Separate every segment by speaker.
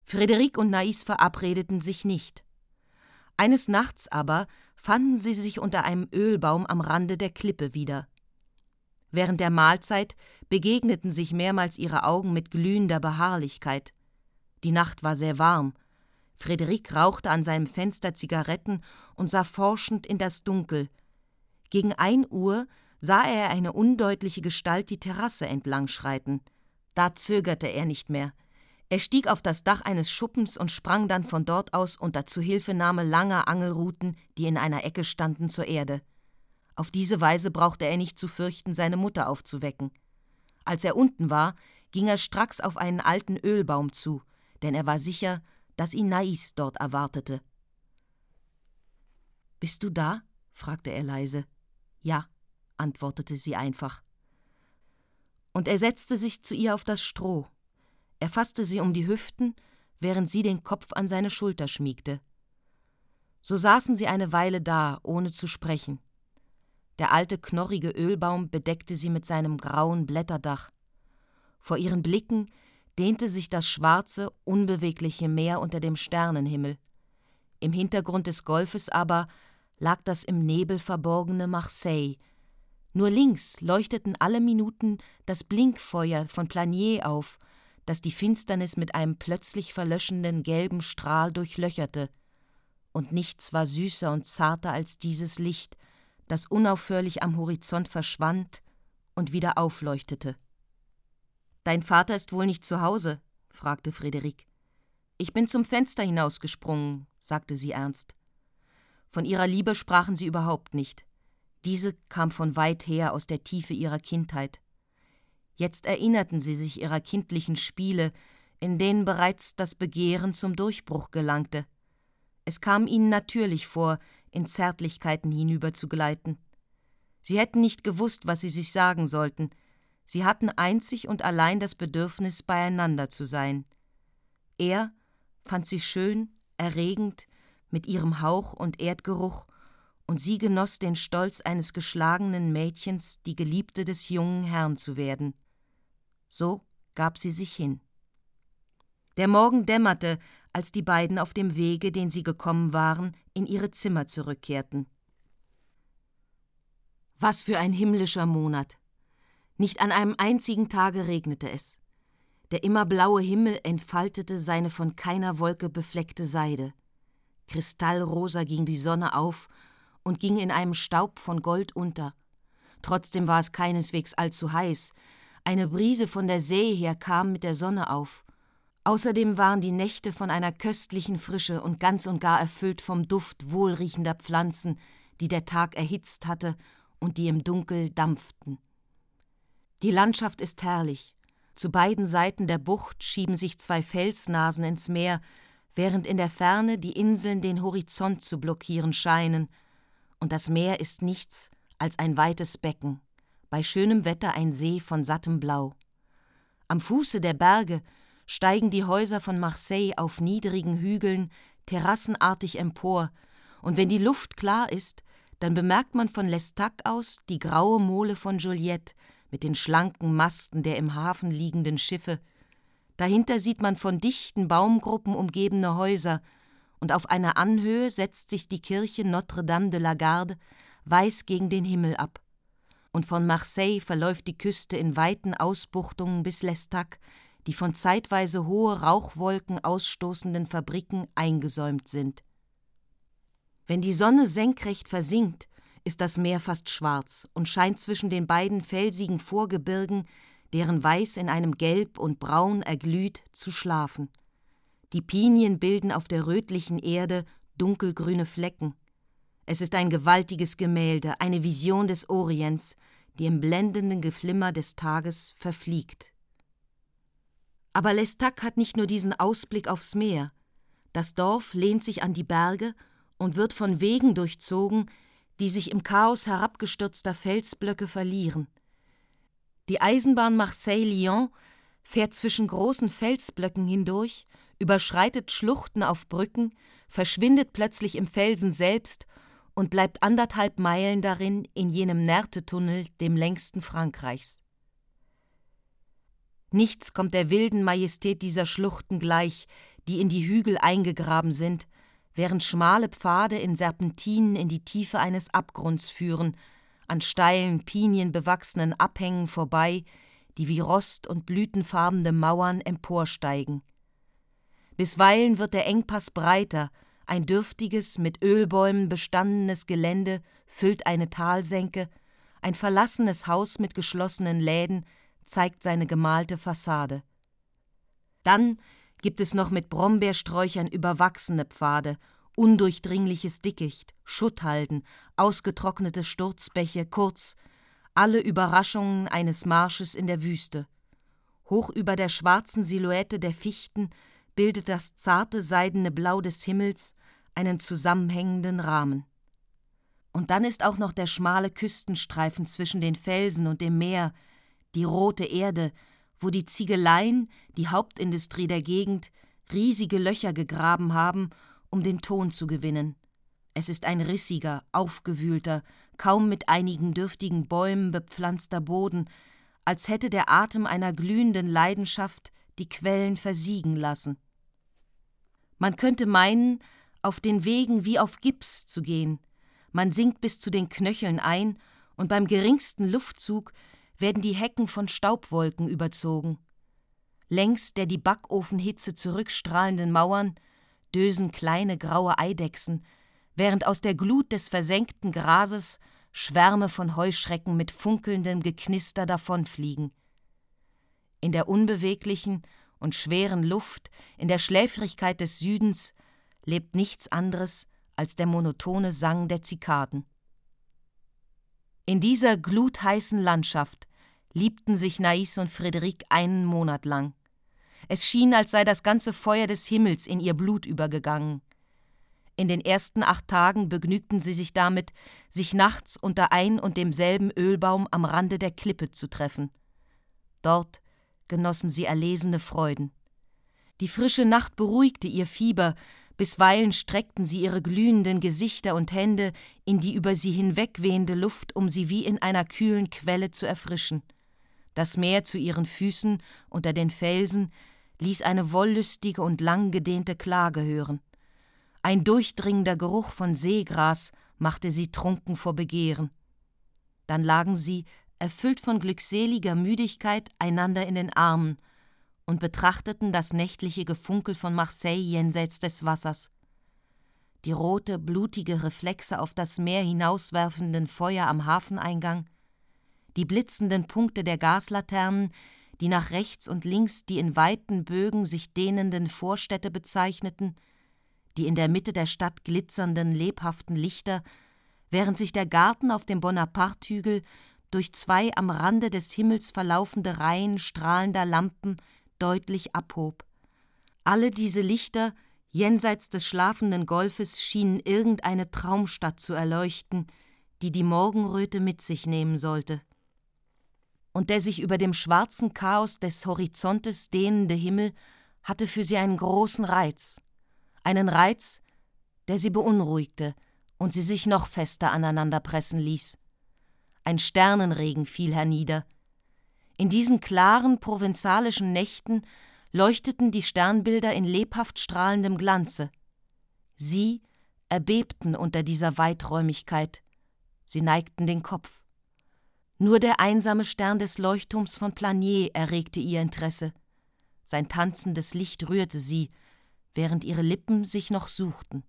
Speaker 1: Frédéric und Naïs verabredeten sich nicht. Eines Nachts aber fanden sie sich unter einem Ölbaum am Rande der Klippe wieder. Während der Mahlzeit begegneten sich mehrmals ihre Augen mit glühender Beharrlichkeit. Die Nacht war sehr warm. Frédéric rauchte an seinem Fenster Zigaretten und sah forschend in das Dunkel. Gegen 1 Uhr sah er eine undeutliche Gestalt die Terrasse entlang schreiten. Da zögerte er nicht mehr. Er stieg auf das Dach eines Schuppens und sprang dann von dort aus unter Zuhilfenahme langer Angelruten, die in einer Ecke standen, zur Erde. Auf diese Weise brauchte er nicht zu fürchten, seine Mutter aufzuwecken. Als er unten war, ging er stracks auf einen alten Ölbaum zu, denn er war sicher, dass ihn Naïs dort erwartete. »Bist du da?« fragte er leise. »Ja«, antwortete sie einfach. Und er setzte sich zu ihr auf das Stroh. Er fasste sie um die Hüften, während sie den Kopf an seine Schulter schmiegte. So saßen sie eine Weile da, ohne zu sprechen. Der alte, knorrige Ölbaum bedeckte sie mit seinem grauen Blätterdach. Vor ihren Blicken dehnte sich das schwarze, unbewegliche Meer unter dem Sternenhimmel. Im Hintergrund des Golfes aber lag das im Nebel verborgene Marseille. Nur links leuchteten alle Minuten das Blinkfeuer von Planier auf, das die Finsternis mit einem plötzlich verlöschenden gelben Strahl durchlöcherte. Und nichts war süßer und zarter als dieses Licht, das unaufhörlich am Horizont verschwand und wieder aufleuchtete. »Dein Vater ist wohl nicht zu Hause?« fragte Frédéric. »Ich bin zum Fenster hinausgesprungen«, sagte sie ernst. Von ihrer Liebe sprachen sie überhaupt nicht. Diese kam von weit her aus der Tiefe ihrer Kindheit. Jetzt erinnerten sie sich ihrer kindlichen Spiele, in denen bereits das Begehren zum Durchbruch gelangte. Es kam ihnen natürlich vor, in Zärtlichkeiten hinüberzugleiten. Sie hätten nicht gewusst, was sie sich sagen sollten. Sie hatten einzig und allein das Bedürfnis, beieinander zu sein. Er fand sie schön, erregend, mit ihrem Hauch und Erdgeruch, und sie genoss den Stolz eines geschlagenen Mädchens, die Geliebte des jungen Herrn zu werden. So gab sie sich hin. Der Morgen dämmerte, als die beiden auf dem Wege, den sie gekommen waren, in ihre Zimmer zurückkehrten. Was für ein himmlischer Monat! Nicht an einem einzigen Tage regnete es. Der immer blaue Himmel entfaltete seine von keiner Wolke befleckte Seide. Kristallrosa ging die Sonne auf und ging in einem Staub von Gold unter. Trotzdem war es keineswegs allzu heiß. Eine Brise von der See her kam mit der Sonne auf. Außerdem waren die Nächte von einer köstlichen Frische und ganz und gar erfüllt vom Duft wohlriechender Pflanzen, die der Tag erhitzt hatte und die im Dunkel dampften. Die Landschaft ist herrlich. Zu beiden Seiten der Bucht schieben sich 2 Felsnasen ins Meer, während in der Ferne die Inseln den Horizont zu blockieren scheinen, und das Meer ist nichts als ein weites Becken, bei schönem Wetter ein See von sattem Blau. Am Fuße der Berge steigen die Häuser von Marseille auf niedrigen Hügeln terrassenartig empor, und wenn die Luft klar ist, dann bemerkt man von L'Estaque aus die graue Mole von Joliette mit den schlanken Masten der im Hafen liegenden Schiffe. Dahinter sieht man von dichten Baumgruppen umgebene Häuser, und auf einer Anhöhe setzt sich die Kirche Notre-Dame de la Garde weiß gegen den Himmel ab. Und von Marseille verläuft die Küste in weiten Ausbuchtungen bis L'Estaque, die von zeitweise hohe Rauchwolken ausstoßenden Fabriken eingesäumt sind. Wenn die Sonne senkrecht versinkt, ist das Meer fast schwarz und scheint zwischen den beiden felsigen Vorgebirgen, deren Weiß in einem Gelb und Braun erglüht, zu schlafen. Die Pinien bilden auf der rötlichen Erde dunkelgrüne Flecken. Es ist ein gewaltiges Gemälde, eine Vision des Orients, die im blendenden Geflimmer des Tages verfliegt. Aber L'Estaque hat nicht nur diesen Ausblick aufs Meer. Das Dorf lehnt sich an die Berge und wird von Wegen durchzogen, die sich im Chaos herabgestürzter Felsblöcke verlieren. Die Eisenbahn Marseille-Lyon fährt zwischen großen Felsblöcken hindurch, überschreitet Schluchten auf Brücken, verschwindet plötzlich im Felsen selbst und bleibt 1,5 Meilen darin in jenem Nertetunnel, dem längsten Frankreichs. Nichts kommt der wilden Majestät dieser Schluchten gleich, die in die Hügel eingegraben sind, während schmale Pfade in Serpentinen in die Tiefe eines Abgrunds führen, an steilen, pinienbewachsenen Abhängen vorbei, die wie rost- und blütenfarbene Mauern emporsteigen. Bisweilen wird der Engpass breiter, ein dürftiges, mit Ölbäumen bestandenes Gelände füllt eine Talsenke, ein verlassenes Haus mit geschlossenen Läden zeigt seine gemalte Fassade. Dann gibt es noch mit Brombeersträuchern überwachsene Pfade, undurchdringliches Dickicht, Schutthalden, ausgetrocknete Sturzbäche, kurz alle Überraschungen eines Marsches in der Wüste. Hoch über der schwarzen Silhouette der Fichten bildet das zarte seidene Blau des Himmels einen zusammenhängenden Rahmen. Und dann ist auch noch der schmale Küstenstreifen zwischen den Felsen und dem Meer, die rote Erde, wo die Ziegeleien, die Hauptindustrie der Gegend, riesige Löcher gegraben haben, um den Ton zu gewinnen. Es ist ein rissiger, aufgewühlter, kaum mit einigen dürftigen Bäumen bepflanzter Boden, als hätte der Atem einer glühenden Leidenschaft die Quellen versiegen lassen. Man könnte meinen, auf den Wegen wie auf Gips zu gehen. Man sinkt bis zu den Knöcheln ein, und beim geringsten Luftzug werden die Hecken von Staubwolken überzogen. Längs der die Backofenhitze zurückstrahlenden Mauern dösen kleine graue Eidechsen, während aus der Glut des versenkten Grases Schwärme von Heuschrecken mit funkelndem Geknister davonfliegen. In der unbeweglichen und schweren Luft, in der Schläfrigkeit des Südens, lebt nichts anderes als der monotone Sang der Zikaden. In dieser glutheißen Landschaft liebten sich Naïs und Frédéric einen Monat lang. Es schien, als sei das ganze Feuer des Himmels in ihr Blut übergegangen. In den ersten 8 Tagen begnügten sie sich damit, sich nachts unter ein und demselben Ölbaum am Rande der Klippe zu treffen. Dort genossen sie erlesene Freuden. Die frische Nacht beruhigte ihr Fieber, bisweilen streckten sie ihre glühenden Gesichter und Hände in die über sie hinwegwehende Luft, um sie wie in einer kühlen Quelle zu erfrischen. Das Meer zu ihren Füßen, unter den Felsen, ließ eine wollüstige und langgedehnte Klage hören. Ein durchdringender Geruch von Seegras machte sie trunken vor Begehren. Dann lagen sie, erfüllt von glückseliger Müdigkeit, einander in den Armen und betrachteten das nächtliche Gefunkel von Marseille jenseits des Wassers. Die rote, blutige Reflexe auf das Meer hinauswerfenden Feuer am Hafeneingang, die blitzenden Punkte der Gaslaternen, die nach rechts und links die in weiten Bögen sich dehnenden Vorstädte bezeichneten, die in der Mitte der Stadt glitzernden, lebhaften Lichter, während sich der Garten auf dem Bonaparte-Hügel durch 2 am Rande des Himmels verlaufende Reihen strahlender Lampen deutlich abhob. Alle diese Lichter jenseits des schlafenden Golfes schienen irgendeine Traumstadt zu erleuchten, die die Morgenröte mit sich nehmen sollte. Und der sich über dem schwarzen Chaos des Horizontes dehnende Himmel hatte für sie einen großen Reiz, einen Reiz, der sie beunruhigte und sie sich noch fester aneinander pressen ließ. Ein Sternenregen fiel hernieder. In diesen klaren, provenzalischen Nächten leuchteten die Sternbilder in lebhaft strahlendem Glanze. Sie erbebten unter dieser Weiträumigkeit. Sie neigten den Kopf. Nur der einsame Stern des Leuchtturms von Planier erregte ihr Interesse. Sein tanzendes Licht rührte sie, während ihre Lippen sich noch suchten.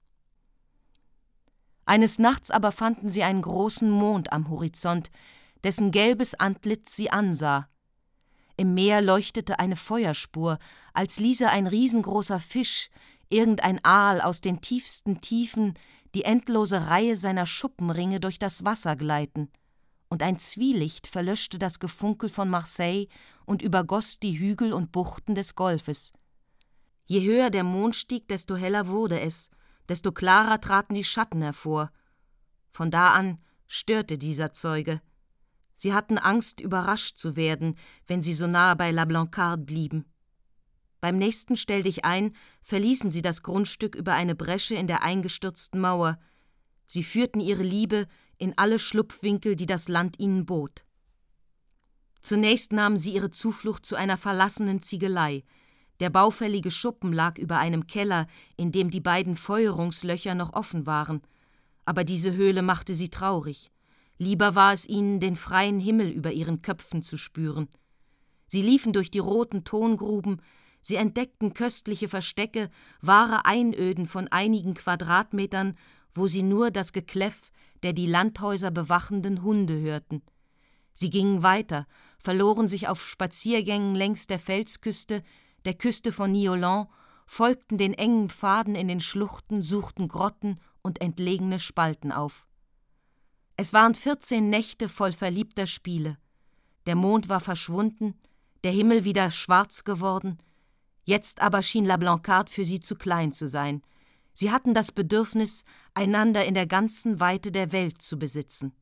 Speaker 1: Eines Nachts aber fanden sie einen großen Mond am Horizont, dessen gelbes Antlitz sie ansah. Im Meer leuchtete eine Feuerspur, als ließe ein riesengroßer Fisch, irgendein Aal aus den tiefsten Tiefen, die endlose Reihe seiner Schuppenringe durch das Wasser gleiten, und ein Zwielicht verlöschte das Gefunkel von Marseille und übergoss die Hügel und Buchten des Golfes. Je höher der Mond stieg, desto heller wurde es, desto klarer traten die Schatten hervor. Von da an störte dieser Zeuge. Sie hatten Angst, überrascht zu werden, wenn sie so nahe bei La Blancarde blieben. Beim nächsten Stelldichein verließen sie das Grundstück über eine Bresche in der eingestürzten Mauer. Sie führten ihre Liebe in alle Schlupfwinkel, die das Land ihnen bot. Zunächst nahmen sie ihre Zuflucht zu einer verlassenen Ziegelei. Der baufällige Schuppen lag über einem Keller, in dem die beiden Feuerungslöcher noch offen waren. Aber diese Höhle machte sie traurig. Lieber war es ihnen, den freien Himmel über ihren Köpfen zu spüren. Sie liefen durch die roten Tongruben, sie entdeckten köstliche Verstecke, wahre Einöden von einigen Quadratmetern, wo sie nur das Gekläff der die Landhäuser bewachenden Hunde hörten. Sie gingen weiter, verloren sich auf Spaziergängen längs der Felsküste, der Küste von Niolan, folgten den engen Pfaden in den Schluchten, suchten Grotten und entlegene Spalten auf. Es waren 14 Nächte voll verliebter Spiele. Der Mond war verschwunden, der Himmel wieder schwarz geworden. Jetzt aber schien La Blancarde für sie zu klein zu sein. Sie hatten das Bedürfnis, einander in der ganzen Weite der Welt zu besitzen.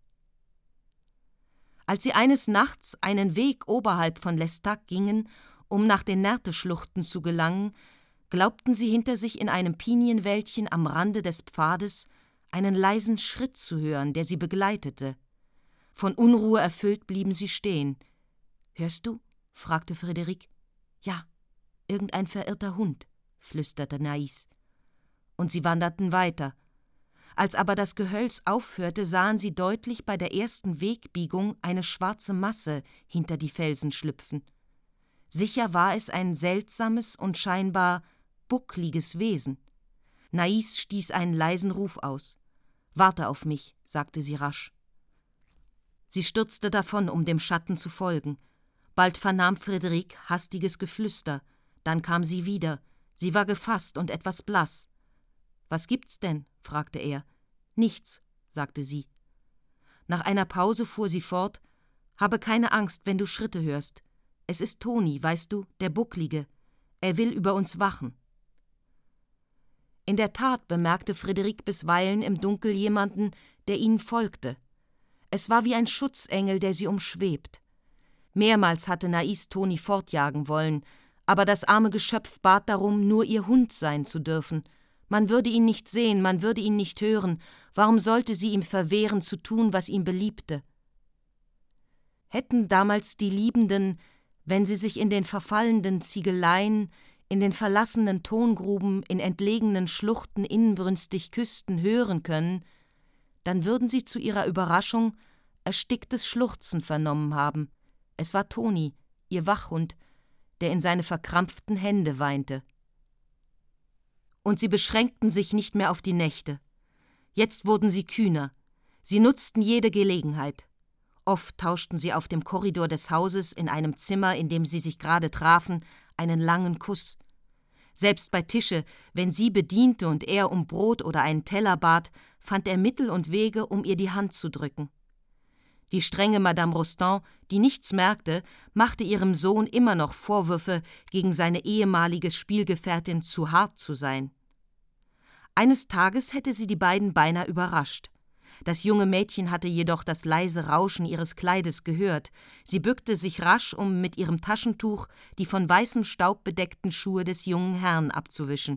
Speaker 1: Als sie eines Nachts einen Weg oberhalb von L'Estaque gingen, um nach den Nerteschluchten zu gelangen, glaubten sie hinter sich in einem Pinienwäldchen am Rande des Pfades einen leisen Schritt zu hören, der sie begleitete. Von Unruhe erfüllt blieben sie stehen. »Hörst du?« fragte Frédéric. »Ja, irgendein verirrter Hund«, flüsterte Naïs. Und sie wanderten weiter. Als aber das Gehölz aufhörte, sahen sie deutlich bei der ersten Wegbiegung eine schwarze Masse hinter die Felsen schlüpfen. Sicher war es ein seltsames und scheinbar buckliges Wesen. Naïs stieß einen leisen Ruf aus. »Warte auf mich«, sagte sie rasch. Sie stürzte davon, um dem Schatten zu folgen. Bald vernahm Frédéric hastiges Geflüster. Dann kam sie wieder. Sie war gefasst und etwas blass. »Was gibt's denn?« fragte er. »Nichts«, sagte sie. Nach einer Pause fuhr sie fort. »Habe keine Angst, wenn du Schritte hörst. Es ist Toni, weißt du, der Bucklige. Er will über uns wachen.« In der Tat bemerkte Frédéric bisweilen im Dunkel jemanden, der ihnen folgte. Es war wie ein Schutzengel, der sie umschwebt. Mehrmals hatte Naïs Toni fortjagen wollen, aber das arme Geschöpf bat darum, nur ihr Hund sein zu dürfen. Man würde ihn nicht sehen, man würde ihn nicht hören. Warum sollte sie ihm verwehren, zu tun, was ihm beliebte? Hätten damals die Liebenden, wenn sie sich in den verfallenden Ziegeleien, in den verlassenen Tongruben, in entlegenen Schluchten inbrünstig küssten, hören können, dann würden sie zu ihrer Überraschung ersticktes Schluchzen vernommen haben. Es war Toni, ihr Wachhund, der in seine verkrampften Hände weinte. Und sie beschränkten sich nicht mehr auf die Nächte. Jetzt wurden sie kühner. Sie nutzten jede Gelegenheit. Oft tauschten sie auf dem Korridor des Hauses in einem Zimmer, in dem sie sich gerade trafen, einen langen Kuss. Selbst bei Tische, wenn sie bediente und er um Brot oder einen Teller bat, fand er Mittel und Wege, um ihr die Hand zu drücken. Die strenge Madame Rostand, die nichts merkte, machte ihrem Sohn immer noch Vorwürfe, gegen seine ehemalige Spielgefährtin zu hart zu sein. Eines Tages hätte sie die beiden beinahe überrascht. Das junge Mädchen hatte jedoch das leise Rauschen ihres Kleides gehört. Sie bückte sich rasch, um mit ihrem Taschentuch die von weißem Staub bedeckten Schuhe des jungen Herrn abzuwischen.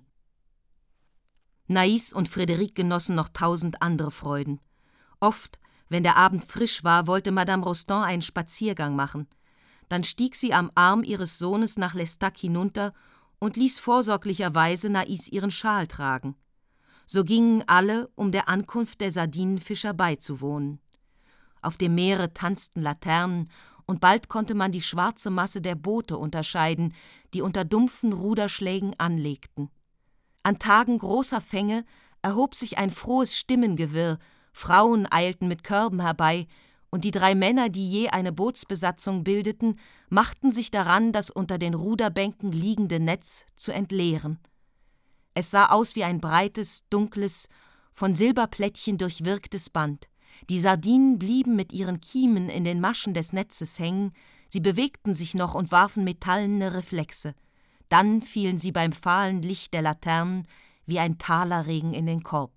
Speaker 1: Naïs und Frédéric genossen noch 1000 andere Freuden. Oft, wenn der Abend frisch war, wollte Madame Rostand einen Spaziergang machen. Dann stieg sie am Arm ihres Sohnes nach L'Estaque hinunter und ließ vorsorglicherweise Naïs ihren Schal tragen. So gingen alle, um der Ankunft der Sardinenfischer beizuwohnen. Auf dem Meere tanzten Laternen, und bald konnte man die schwarze Masse der Boote unterscheiden, die unter dumpfen Ruderschlägen anlegten. An Tagen großer Fänge erhob sich ein frohes Stimmengewirr, Frauen eilten mit Körben herbei, und die 3 Männer, die je eine Bootsbesatzung bildeten, machten sich daran, das unter den Ruderbänken liegende Netz zu entleeren. Es sah aus wie ein breites, dunkles, von Silberplättchen durchwirktes Band. Die Sardinen blieben mit ihren Kiemen in den Maschen des Netzes hängen, sie bewegten sich noch und warfen metallene Reflexe. Dann fielen sie beim fahlen Licht der Laternen wie ein Talerregen in den Korb.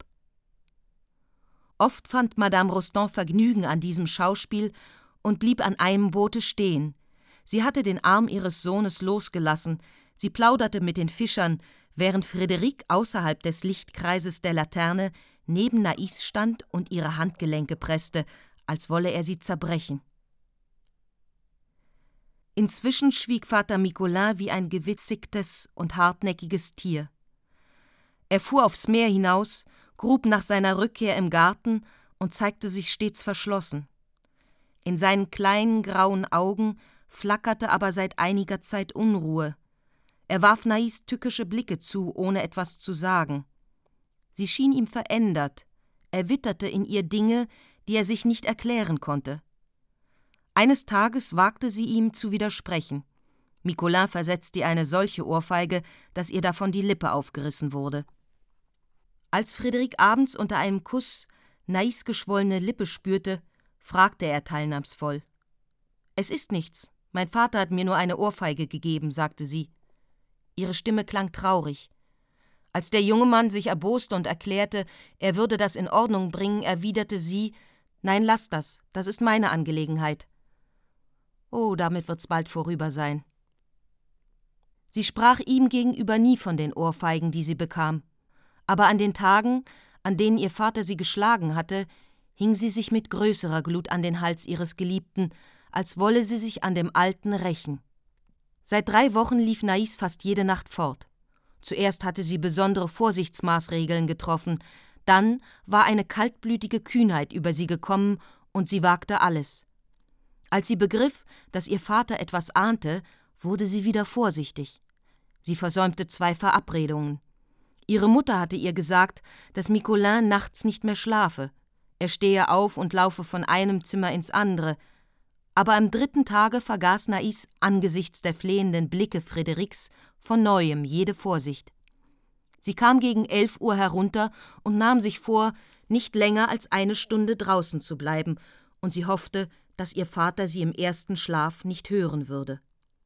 Speaker 1: Oft fand Madame Rostand Vergnügen an diesem Schauspiel und blieb an einem Boote stehen. Sie hatte den Arm ihres Sohnes losgelassen, sie plauderte mit den Fischern, während Frédéric außerhalb des Lichtkreises der Laterne neben Naïs stand und ihre Handgelenke presste, als wolle er sie zerbrechen. Inzwischen schwieg Vater Micolain wie ein gewitzigtes und hartnäckiges Tier. Er fuhr aufs Meer hinaus, grub nach seiner Rückkehr im Garten und zeigte sich stets verschlossen. In seinen kleinen grauen Augen flackerte aber seit einiger Zeit Unruhe. Er warf Naïs tückische Blicke zu, ohne etwas zu sagen. Sie schien ihm verändert, er witterte in ihr Dinge, die er sich nicht erklären konnte. Eines Tages wagte sie ihm zu widersprechen. Micolain versetzte ihr eine solche Ohrfeige, dass ihr davon die Lippe aufgerissen wurde. Als Frédéric abends unter einem Kuss Naïs geschwollene Lippe spürte, fragte er teilnahmsvoll. »Es ist nichts. Mein Vater hat mir nur eine Ohrfeige gegeben«, sagte sie. Ihre Stimme klang traurig. Als der junge Mann sich erboste und erklärte, er würde das in Ordnung bringen, erwiderte sie: »Nein, lass das. Das ist meine Angelegenheit.« »Oh, damit wird's bald vorüber sein.« Sie sprach ihm gegenüber nie von den Ohrfeigen, die sie bekam. Aber an den Tagen, an denen ihr Vater sie geschlagen hatte, hing sie sich mit größerer Glut an den Hals ihres Geliebten, als wolle sie sich an dem Alten rächen. Seit 3 Wochen lief Naïs fast jede Nacht fort. Zuerst hatte sie besondere Vorsichtsmaßregeln getroffen, dann war eine kaltblütige Kühnheit über sie gekommen und sie wagte alles. Als sie begriff, dass ihr Vater etwas ahnte, wurde sie wieder vorsichtig. Sie versäumte 2 Verabredungen. Ihre Mutter hatte ihr gesagt, dass Micolain nachts nicht mehr schlafe. Er stehe auf und laufe von einem Zimmer ins andere. Aber am 3. Tage vergaß Naïs angesichts der flehenden Blicke Frédérics von neuem jede Vorsicht. Sie kam gegen 11 Uhr herunter und nahm sich vor, nicht länger als 1 Stunde draußen zu bleiben, und sie hoffte, dass ihr Vater sie im ersten Schlaf nicht hören würde.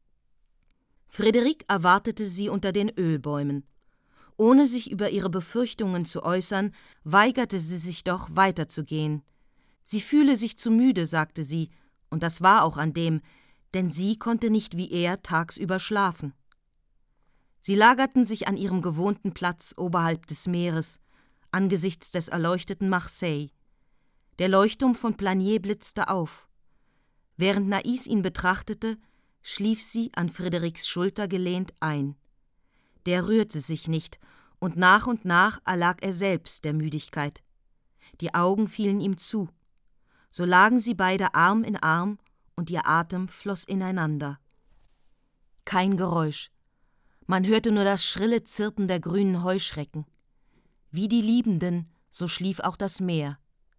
Speaker 1: Frédéric erwartete sie unter den Ölbäumen. Ohne sich über ihre Befürchtungen zu äußern, weigerte sie sich doch, weiterzugehen. Sie fühle sich zu müde, sagte sie, und das war auch an dem, denn sie konnte nicht wie er tagsüber schlafen. Sie lagerten sich an ihrem gewohnten Platz oberhalb des Meeres, angesichts des erleuchteten Marseille. Der Leuchtturm von Planier blitzte auf. Während Naïs ihn betrachtete, schlief sie an Frédérics Schulter gelehnt ein. Der rührte sich nicht, und nach erlag er selbst der Müdigkeit. Die Augen fielen ihm zu. So lagen sie beide Arm in Arm, und ihr Atem floss ineinander. Kein Geräusch. Man hörte nur das schrille Zirpen der grünen Heuschrecken. Wie die Liebenden, so schlief auch das Meer.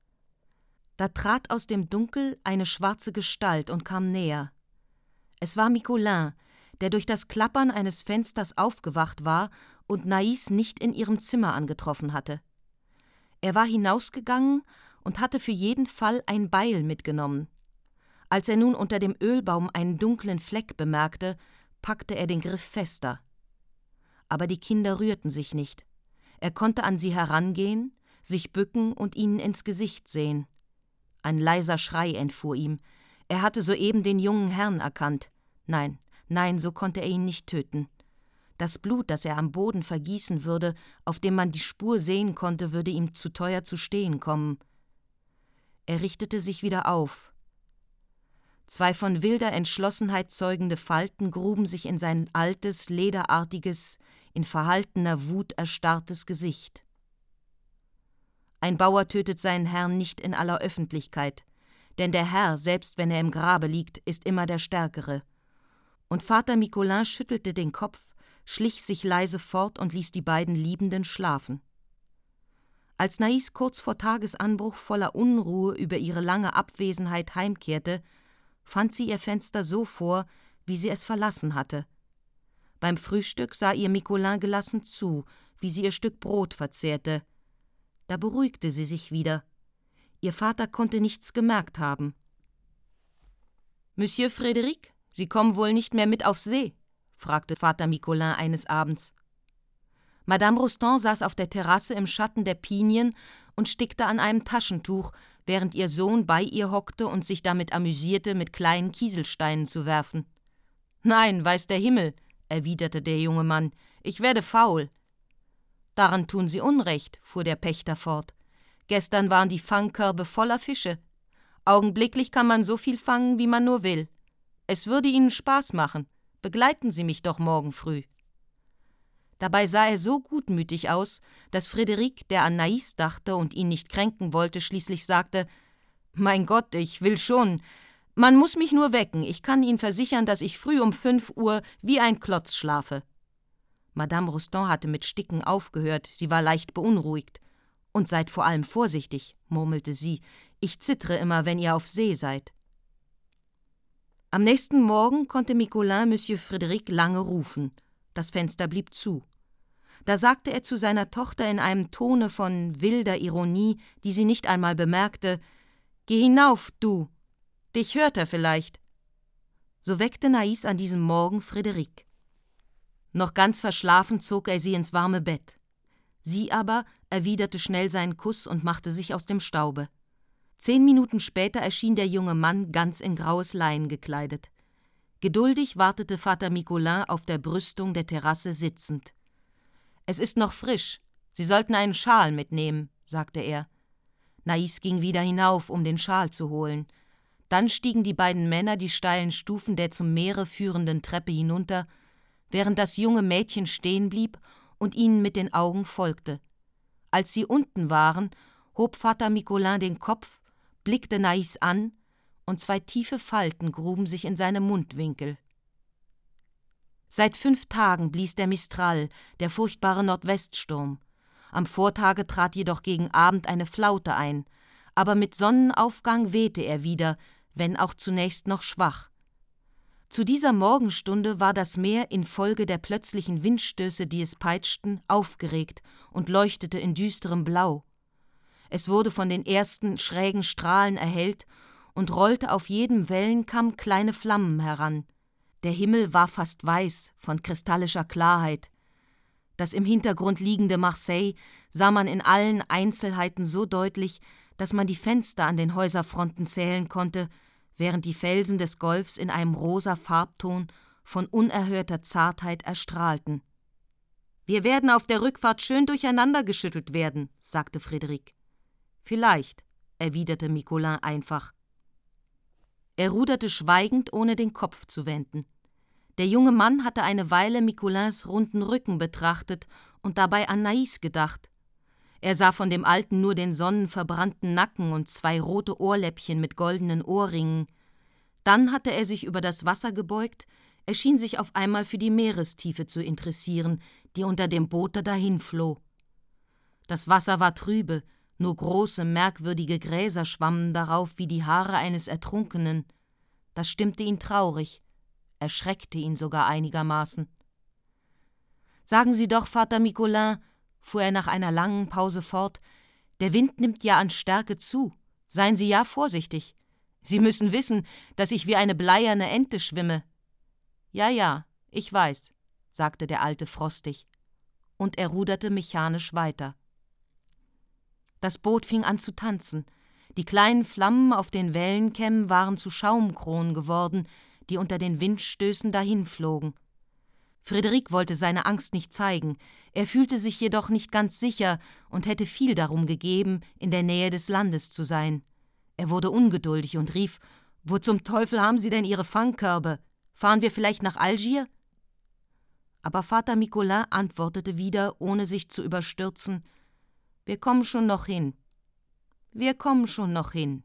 Speaker 1: Da trat aus dem Dunkel eine schwarze Gestalt und kam näher. Es war Micolain, der durch das Klappern eines Fensters aufgewacht war und Naïs nicht in ihrem Zimmer angetroffen hatte. Er war hinausgegangen und hatte für jeden Fall ein Beil mitgenommen. Als er nun unter dem Ölbaum einen dunklen Fleck bemerkte, packte er den Griff fester. Aber die Kinder rührten sich nicht. Er konnte an sie herangehen, sich bücken und ihnen ins Gesicht sehen. Ein leiser Schrei entfuhr ihm. Er hatte soeben den jungen Herrn erkannt. Nein, so konnte er ihn nicht töten. Das Blut, das er am Boden vergießen würde, auf dem man die Spur sehen konnte, würde ihm zu teuer zu stehen kommen. Er richtete sich wieder auf. 2 von wilder Entschlossenheit zeugende Falten gruben sich in sein altes, lederartiges, in verhaltener Wut erstarrtes Gesicht. Ein Bauer tötet seinen Herrn nicht in aller Öffentlichkeit, denn der Herr, selbst wenn er im Grabe liegt, ist immer der Stärkere. Und Vater Micolain schüttelte den Kopf, schlich sich leise fort und ließ die beiden Liebenden schlafen. Als Naïs kurz vor Tagesanbruch voller Unruhe über ihre lange Abwesenheit heimkehrte, fand sie ihr Fenster so vor, wie sie es verlassen hatte. Beim Frühstück sah ihr Micolain gelassen zu, wie sie ihr Stück Brot verzehrte. Da beruhigte sie sich wieder. Ihr Vater konnte nichts gemerkt haben. »Monsieur Frédéric, Sie kommen wohl nicht mehr mit auf See?« fragte Vater Micolain eines Abends. Madame Rostand saß auf der Terrasse im Schatten der Pinien und stickte an einem Taschentuch, während ihr Sohn bei ihr hockte und sich damit amüsierte, mit kleinen Kieselsteinen zu werfen. »Nein, weiß der Himmel«, erwiderte der junge Mann, »ich werde faul.« »Daran tun Sie Unrecht«, fuhr der Pächter fort. »Gestern waren die Fangkörbe voller Fische. Augenblicklich kann man so viel fangen, wie man nur will. Es würde Ihnen Spaß machen. Begleiten Sie mich doch morgen früh.« Dabei sah er so gutmütig aus, dass Frédéric, der an Naïs dachte und ihn nicht kränken wollte, schließlich sagte: »Mein Gott, ich will schon. Man muss mich nur wecken. Ich kann Ihnen versichern, dass ich früh um 5 Uhr wie ein Klotz schlafe.« Madame Rostand hatte mit Sticken aufgehört, sie war leicht beunruhigt. »Und seid vor allem vorsichtig«, murmelte sie, »ich zittere immer, wenn ihr auf See seid.« Am nächsten Morgen konnte Miquelin Monsieur Frédéric lange rufen. Das Fenster blieb zu. Da sagte er zu seiner Tochter in einem Tone von wilder Ironie, die sie nicht einmal bemerkte: »Geh hinauf, du! Dich hört er vielleicht.« So weckte Naïs an diesem Morgen Frédéric. Noch ganz verschlafen zog er sie ins warme Bett. Sie aber erwiderte schnell seinen Kuss und machte sich aus dem Staube. 10 Minuten später erschien der junge Mann ganz in graues Leinen gekleidet. Geduldig wartete Vater Miquelin auf der Brüstung der Terrasse sitzend. »Es ist noch frisch. Sie sollten einen Schal mitnehmen«, sagte er. Naïs ging wieder hinauf, um den Schal zu holen. Dann stiegen die beiden Männer die steilen Stufen der zum Meere führenden Treppe hinunter, während das junge Mädchen stehen blieb und ihnen mit den Augen folgte. Als sie unten waren, hob Vater Miquelin den Kopf, blickte Naïs an, und 2 tiefe Falten gruben sich in seine Mundwinkel. Seit 5 Tagen blies der Mistral, der furchtbare Nordweststurm. Am Vortage trat jedoch gegen Abend eine Flaute ein, aber mit Sonnenaufgang wehte er wieder, wenn auch zunächst noch schwach. Zu dieser Morgenstunde war das Meer infolge der plötzlichen Windstöße, die es peitschten, aufgeregt und leuchtete in düsterem Blau. Es wurde von den ersten schrägen Strahlen erhellt und rollte auf jedem Wellenkamm kleine Flammen heran. Der Himmel war fast weiß, von kristallischer Klarheit. Das im Hintergrund liegende Marseille sah man in allen Einzelheiten so deutlich, dass man die Fenster an den Häuserfronten zählen konnte, während die Felsen des Golfs in einem rosa Farbton von unerhörter Zartheit erstrahlten. »Wir werden auf der Rückfahrt schön durcheinandergeschüttelt werden«, sagte Frédéric. »Vielleicht«, erwiderte Miquelin einfach. Er ruderte schweigend, ohne den Kopf zu wenden. Der junge Mann hatte eine Weile Miquelins runden Rücken betrachtet und dabei an Naïs gedacht. Er sah von dem Alten nur den sonnenverbrannten Nacken und 2 rote Ohrläppchen mit goldenen Ohrringen. Dann hatte er sich über das Wasser gebeugt, er schien sich auf einmal für die Meerestiefe zu interessieren, die unter dem Boote dahinfloh. Das Wasser war trübe, nur große, merkwürdige Gräser schwammen darauf wie die Haare eines Ertrunkenen. Das stimmte ihn traurig, erschreckte ihn sogar einigermaßen. »Sagen Sie doch, Vater Miquelin«, fuhr er nach einer langen Pause fort, »der Wind nimmt ja an Stärke zu. Seien Sie ja vorsichtig. Sie müssen wissen, dass ich wie eine bleierne Ente schwimme.« »Ja, ich weiß«, sagte der Alte frostig, und er ruderte mechanisch weiter. Das Boot fing an zu tanzen. Die kleinen Flammen auf den Wellenkämmen waren zu Schaumkronen geworden, die unter den Windstößen dahinflogen. Frédéric wollte seine Angst nicht zeigen, er fühlte sich jedoch nicht ganz sicher und hätte viel darum gegeben, in der Nähe des Landes zu sein. Er wurde ungeduldig und rief: »Wo zum Teufel haben Sie denn Ihre Fangkörbe? Fahren wir vielleicht nach Algier?« Aber Vater Miquelin antwortete wieder, ohne sich zu überstürzen: »Wir kommen schon noch hin. Wir kommen schon noch hin.«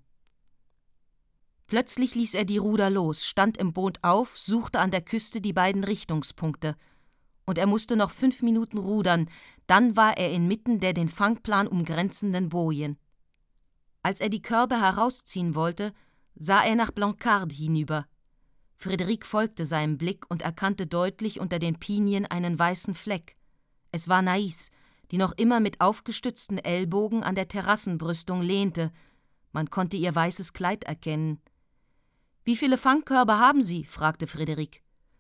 Speaker 1: Plötzlich ließ er die Ruder los, stand im Boot auf, suchte an der Küste die beiden Richtungspunkte. Und er musste noch 5 Minuten rudern, dann war er inmitten der den Fangplan umgrenzenden Bojen. Als er die Körbe herausziehen wollte, sah er nach Blancarde hinüber. Frédéric folgte seinem Blick und erkannte deutlich unter den Pinien einen weißen Fleck. Es war Naïs, die noch immer mit aufgestützten Ellbogen an der Terrassenbrüstung lehnte. Man konnte ihr weißes Kleid erkennen. »Wie viele Fangkörbe haben Sie?« fragte Frédéric.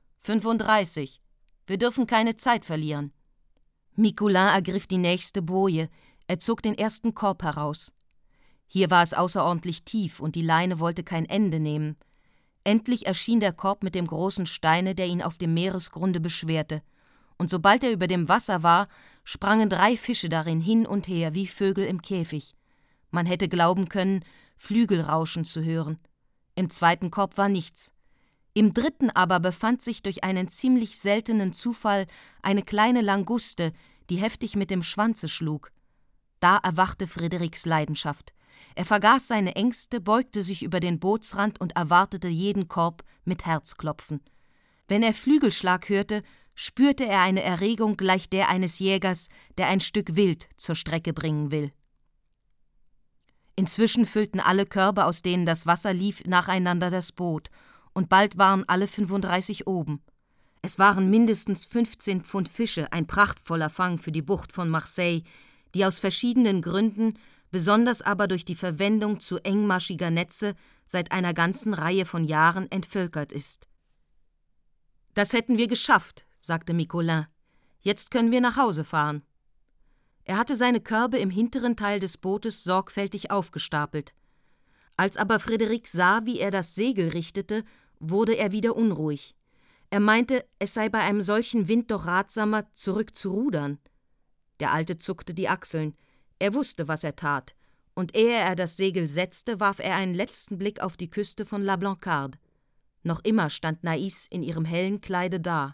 Speaker 1: 35. Wir dürfen keine Zeit verlieren.« Miquelin ergriff die nächste Boje. Er zog den ersten Korb heraus. Hier war es außerordentlich tief und die Leine wollte kein Ende nehmen. Endlich erschien der Korb mit dem großen Steine, der ihn auf dem Meeresgrunde beschwerte. Und sobald er über dem Wasser war, sprangen 3 Fische darin hin und her wie Vögel im Käfig. Man hätte glauben können, Flügel rauschen zu hören. Im zweiten Korb war nichts. Im dritten aber befand sich durch einen ziemlich seltenen Zufall eine kleine Languste, die heftig mit dem Schwanze schlug. Da erwachte Frédérics Leidenschaft. Er vergaß seine Ängste, beugte sich über den Bootsrand und erwartete jeden Korb mit Herzklopfen. Wenn er Flügelschlag hörte, spürte er eine Erregung gleich der eines Jägers, der ein Stück Wild zur Strecke bringen will. Inzwischen füllten alle Körbe, aus denen das Wasser lief, nacheinander das Boot, und bald waren alle 35 oben. Es waren mindestens 15 Pfund Fische, ein prachtvoller Fang für die Bucht von Marseille, die aus verschiedenen Gründen, besonders aber durch die Verwendung zu engmaschiger Netze, seit einer ganzen Reihe von Jahren entvölkert ist. »Das hätten wir geschafft«, sagte Miquelin. »Jetzt können wir nach Hause fahren.« Er hatte seine Körbe im hinteren Teil des Bootes sorgfältig aufgestapelt. Als aber Frédéric sah, wie er das Segel richtete, wurde er wieder unruhig. Er meinte, es sei bei einem solchen Wind doch ratsamer, zurück zu rudern. Der Alte zuckte die Achseln. Er wusste, was er tat, und ehe er das Segel setzte, warf er einen letzten Blick auf die Küste von La Blancarde. Noch immer stand Naïs in ihrem hellen Kleide da.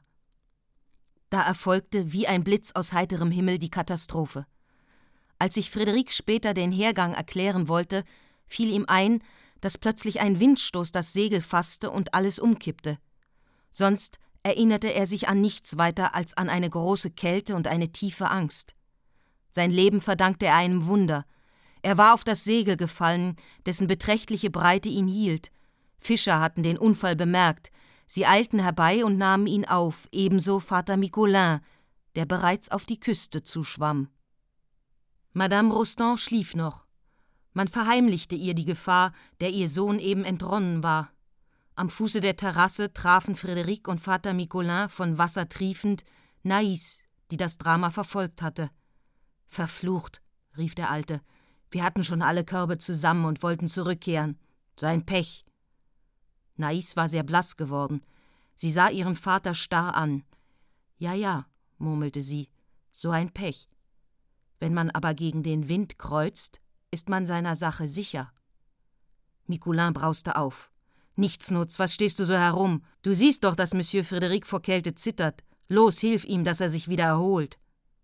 Speaker 1: Da erfolgte wie ein Blitz aus heiterem Himmel die Katastrophe. Als sich Frédéric später den Hergang erklären wollte, fiel ihm ein, dass plötzlich ein Windstoß das Segel fasste und alles umkippte. Sonst erinnerte er sich an nichts weiter als an eine große Kälte und eine tiefe Angst. Sein Leben verdankte er einem Wunder. Er war auf das Segel gefallen, dessen beträchtliche Breite ihn hielt. Fischer hatten den Unfall bemerkt. Sie eilten herbei und nahmen ihn auf, ebenso Vater Miquelin, der bereits auf die Küste zuschwamm. Madame Rostand schlief noch. Man verheimlichte ihr die Gefahr, der ihr Sohn eben entronnen war. Am Fuße der Terrasse trafen Frédéric und Vater Miquelin, von Wasser triefend, Naïs, die das Drama verfolgt hatte. »Verflucht«, rief der Alte, »wir hatten schon alle Körbe zusammen und wollten zurückkehren. Sein Pech.« Naïs war sehr blass geworden. Sie sah ihren Vater starr an. »Ja, ja«, murmelte sie, »so ein Pech. Wenn man aber gegen den Wind kreuzt, ist man seiner Sache sicher.« Miquelin brauste auf. »Nichtsnutz, was stehst du so herum? Du siehst doch, dass Monsieur Frédéric vor Kälte zittert. Los, hilf ihm, dass er sich wieder erholt.«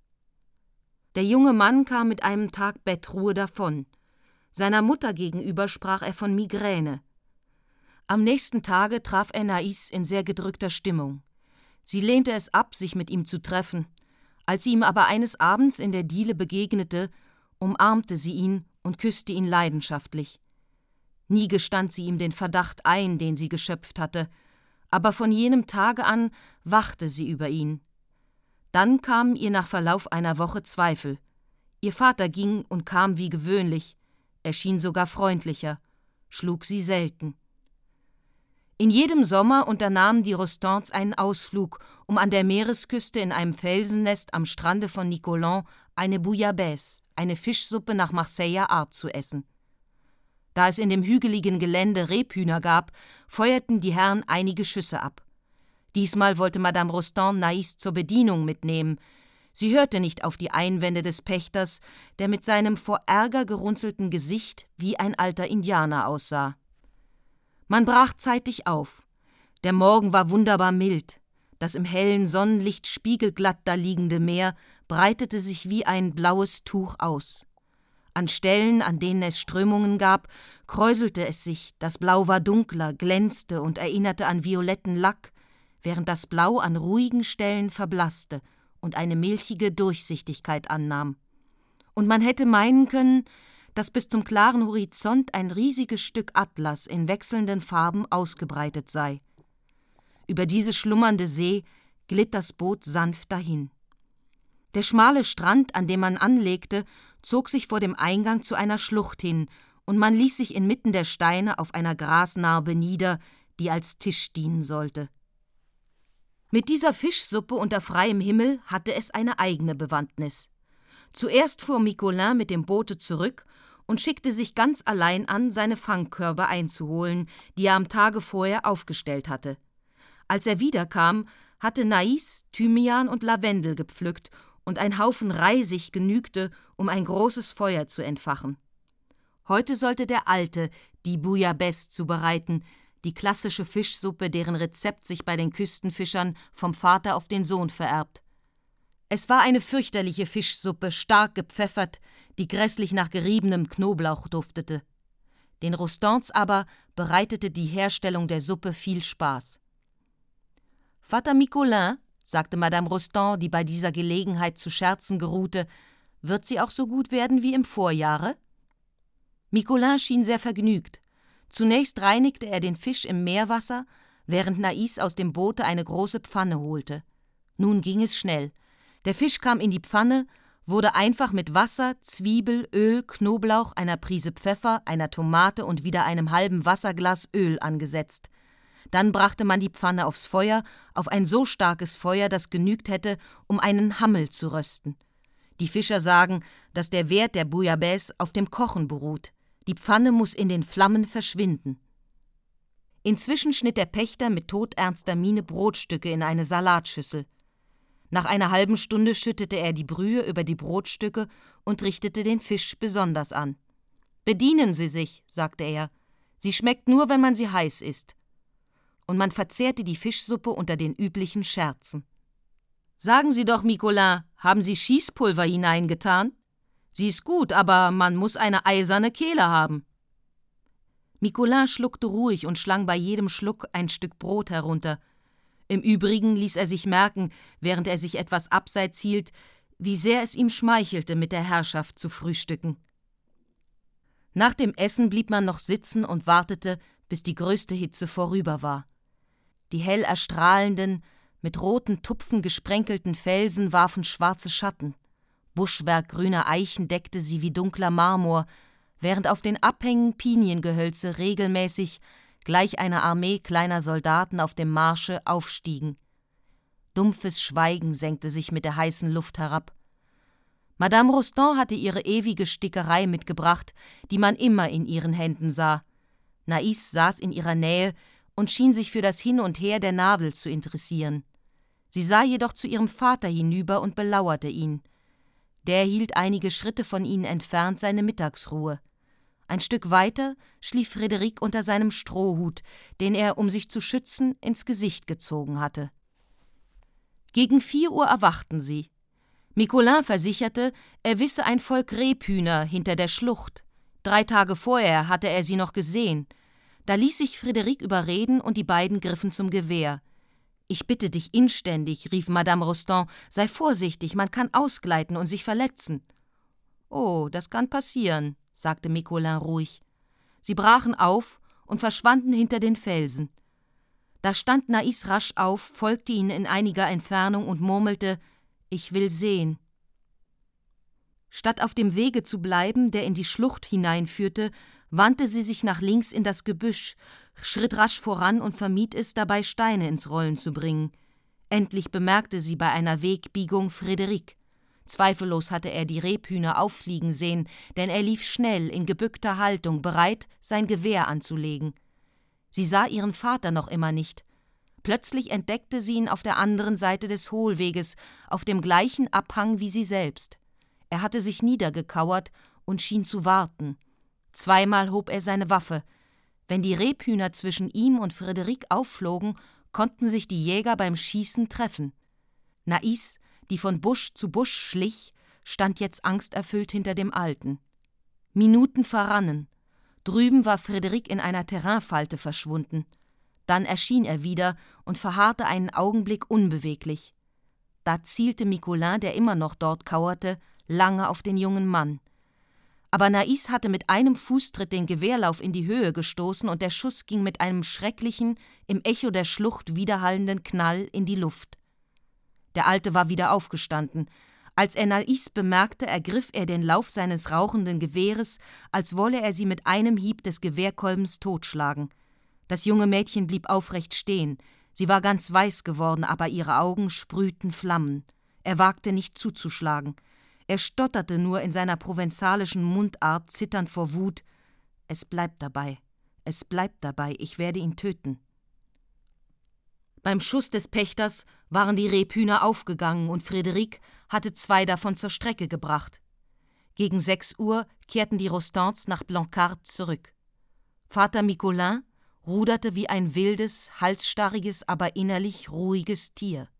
Speaker 1: Der junge Mann kam mit einem Tag Bettruhe davon. Seiner Mutter gegenüber sprach er von Migräne. Am nächsten Tage traf er Naïs in sehr gedrückter Stimmung. Sie lehnte es ab, sich mit ihm zu treffen. Als sie ihm aber eines Abends in der Diele begegnete, umarmte sie ihn und küsste ihn leidenschaftlich. Nie gestand sie ihm den Verdacht ein, den sie geschöpft hatte, aber von jenem Tage an wachte sie über ihn. Dann kamen ihr nach Verlauf einer Woche Zweifel. Ihr Vater ging und kam wie gewöhnlich, er schien sogar freundlicher, schlug sie selten. In jedem Sommer unternahmen die Rostands einen Ausflug, um an der Meeresküste in einem Felsennest am Strande von Nicolan eine Bouillabaisse, eine Fischsuppe nach Marseiller Art, zu essen. Da es in dem hügeligen Gelände Rebhühner gab, feuerten die Herren einige Schüsse ab. Diesmal wollte Madame Rostand Naïs zur Bedienung mitnehmen. Sie hörte nicht auf die Einwände des Pächters, der mit seinem vor Ärger gerunzelten Gesicht wie ein alter Indianer aussah. Man brach zeitig auf. Der Morgen war wunderbar mild. Das im hellen Sonnenlicht spiegelglatt daliegende Meer breitete sich wie ein blaues Tuch aus. An Stellen, an denen es Strömungen gab, kräuselte es sich, das Blau war dunkler, glänzte und erinnerte an violetten Lack, während das Blau an ruhigen Stellen verblasste und eine milchige Durchsichtigkeit annahm. Und man hätte meinen können, dass bis zum klaren Horizont ein riesiges Stück Atlas in wechselnden Farben ausgebreitet sei. Über diese schlummernde See glitt das Boot sanft dahin. Der schmale Strand, an dem man anlegte, zog sich vor dem Eingang zu einer Schlucht hin, und man ließ sich inmitten der Steine auf einer Grasnarbe nieder, die als Tisch dienen sollte. Mit dieser Fischsuppe unter freiem Himmel hatte es eine eigene Bewandtnis. Zuerst fuhr Miquelin mit dem Boote zurück und schickte sich ganz allein an, seine Fangkörbe einzuholen, die er am Tage vorher aufgestellt hatte. Als er wiederkam, hatte Naïs Thymian und Lavendel gepflückt, und ein Haufen Reisig genügte, um ein großes Feuer zu entfachen. Heute sollte der Alte die Bouillabaisse zubereiten, die klassische Fischsuppe, deren Rezept sich bei den Küstenfischern vom Vater auf den Sohn vererbt. Es war eine fürchterliche Fischsuppe, stark gepfeffert, die grässlich nach geriebenem Knoblauch duftete. Den Rostands aber bereitete die Herstellung der Suppe viel Spaß. »Vater Miquelin«, sagte Madame Rostand, die bei dieser Gelegenheit zu scherzen geruhte, »wird sie auch so gut werden wie im Vorjahre?« Miquelin schien sehr vergnügt. Zunächst reinigte er den Fisch im Meerwasser, während Naïs aus dem Boote eine große Pfanne holte. Nun ging es schnell. Der Fisch kam in die Pfanne, wurde einfach mit Wasser, Zwiebel, Öl, Knoblauch, einer Prise Pfeffer, einer Tomate und wieder einem halben Wasserglas Öl angesetzt. Dann brachte man die Pfanne aufs Feuer, auf ein so starkes Feuer, das genügt hätte, um einen Hammel zu rösten. Die Fischer sagen, dass der Wert der Bouillabaisse auf dem Kochen beruht. Die Pfanne muss in den Flammen verschwinden. Inzwischen schnitt der Pächter mit todernster Miene Brotstücke in eine Salatschüssel. Nach einer halben Stunde schüttete er die Brühe über die Brotstücke und richtete den Fisch besonders an. »Bedienen Sie sich«, sagte er, »sie schmeckt nur, wenn man sie heiß isst.« Und man verzehrte die Fischsuppe unter den üblichen Scherzen. »Sagen Sie doch, Miquelin, haben Sie Schießpulver hineingetan? Sie ist gut, aber man muss eine eiserne Kehle haben.« Miquelin schluckte ruhig und schlang bei jedem Schluck ein Stück Brot herunter. Im Übrigen ließ er sich merken, während er sich etwas abseits hielt, wie sehr es ihm schmeichelte, mit der Herrschaft zu frühstücken. Nach dem Essen blieb man noch sitzen und wartete, bis die größte Hitze vorüber war. Die hell erstrahlenden, mit roten Tupfen gesprenkelten Felsen warfen schwarze Schatten. Buschwerk grüner Eichen deckte sie wie dunkler Marmor, während auf den Abhängen Piniengehölze regelmäßig, gleich einer Armee kleiner Soldaten auf dem Marsche, aufstiegen. Dumpfes Schweigen senkte sich mit der heißen Luft herab. Madame Rostand hatte ihre ewige Stickerei mitgebracht, die man immer in ihren Händen sah. Naïs saß in ihrer Nähe und schien sich für das Hin und Her der Nadel zu interessieren. Sie sah jedoch zu ihrem Vater hinüber und belauerte ihn. Der hielt einige Schritte von ihnen entfernt seine Mittagsruhe. Ein Stück weiter schlief Frédéric unter seinem Strohhut, den er, um sich zu schützen, ins Gesicht gezogen hatte. Gegen 4 Uhr erwachten sie. Miquelin versicherte, er wisse ein Volk Rebhühner hinter der Schlucht. 3 Tage vorher hatte er sie noch gesehen. Da ließ sich Frédéric überreden und die beiden griffen zum Gewehr. »Ich bitte dich inständig«, rief Madame Rostand, »sei vorsichtig, man kann ausgleiten und sich verletzen.« »Oh, das kann passieren«, sagte Miquelin ruhig. Sie brachen auf und verschwanden hinter den Felsen. Da stand Naïs rasch auf, folgte ihnen in einiger Entfernung und murmelte, »Ich will sehen.« Statt auf dem Wege zu bleiben, der in die Schlucht hineinführte, wandte sie sich nach links in das Gebüsch, schritt rasch voran und vermied es, dabei Steine ins Rollen zu bringen. Endlich bemerkte sie bei einer Wegbiegung Frédéric. Zweifellos hatte er die Rebhühner auffliegen sehen, denn er lief schnell in gebückter Haltung, bereit, sein Gewehr anzulegen. Sie sah ihren Vater noch immer nicht. Plötzlich entdeckte sie ihn auf der anderen Seite des Hohlweges, auf dem gleichen Abhang wie sie selbst. Er hatte sich niedergekauert und schien zu warten. Zweimal hob er seine Waffe. Wenn die Rebhühner zwischen ihm und Frédéric aufflogen, konnten sich die Jäger beim Schießen treffen. Naïs, die von Busch zu Busch schlich, stand jetzt angsterfüllt hinter dem Alten. Minuten verrannen. Drüben war Frédéric in einer Terrainfalte verschwunden. Dann erschien er wieder und verharrte einen Augenblick unbeweglich. Da zielte Miquelin, der immer noch dort kauerte, lange auf den jungen Mann. Aber Naïs hatte mit einem Fußtritt den Gewehrlauf in die Höhe gestoßen und der Schuss ging mit einem schrecklichen, im Echo der Schlucht widerhallenden Knall in die Luft. Der Alte war wieder aufgestanden. Als er Naïs bemerkte, ergriff er den Lauf seines rauchenden Gewehres, als wolle er sie mit einem Hieb des Gewehrkolbens totschlagen. Das junge Mädchen blieb aufrecht stehen. Sie war ganz weiß geworden, aber ihre Augen sprühten Flammen. Er wagte nicht zuzuschlagen. Er stotterte nur in seiner provenzalischen Mundart, zitternd vor Wut. »Es bleibt dabei, ich werde ihn töten.« Beim Schuss des Pächters waren die Rebhühner aufgegangen und Frédéric hatte 2 davon zur Strecke gebracht. Gegen 6 Uhr kehrten die Rostands nach Blancard zurück. Vater Miquelin, ruderte wie ein wildes, halsstarriges, aber innerlich ruhiges Tier.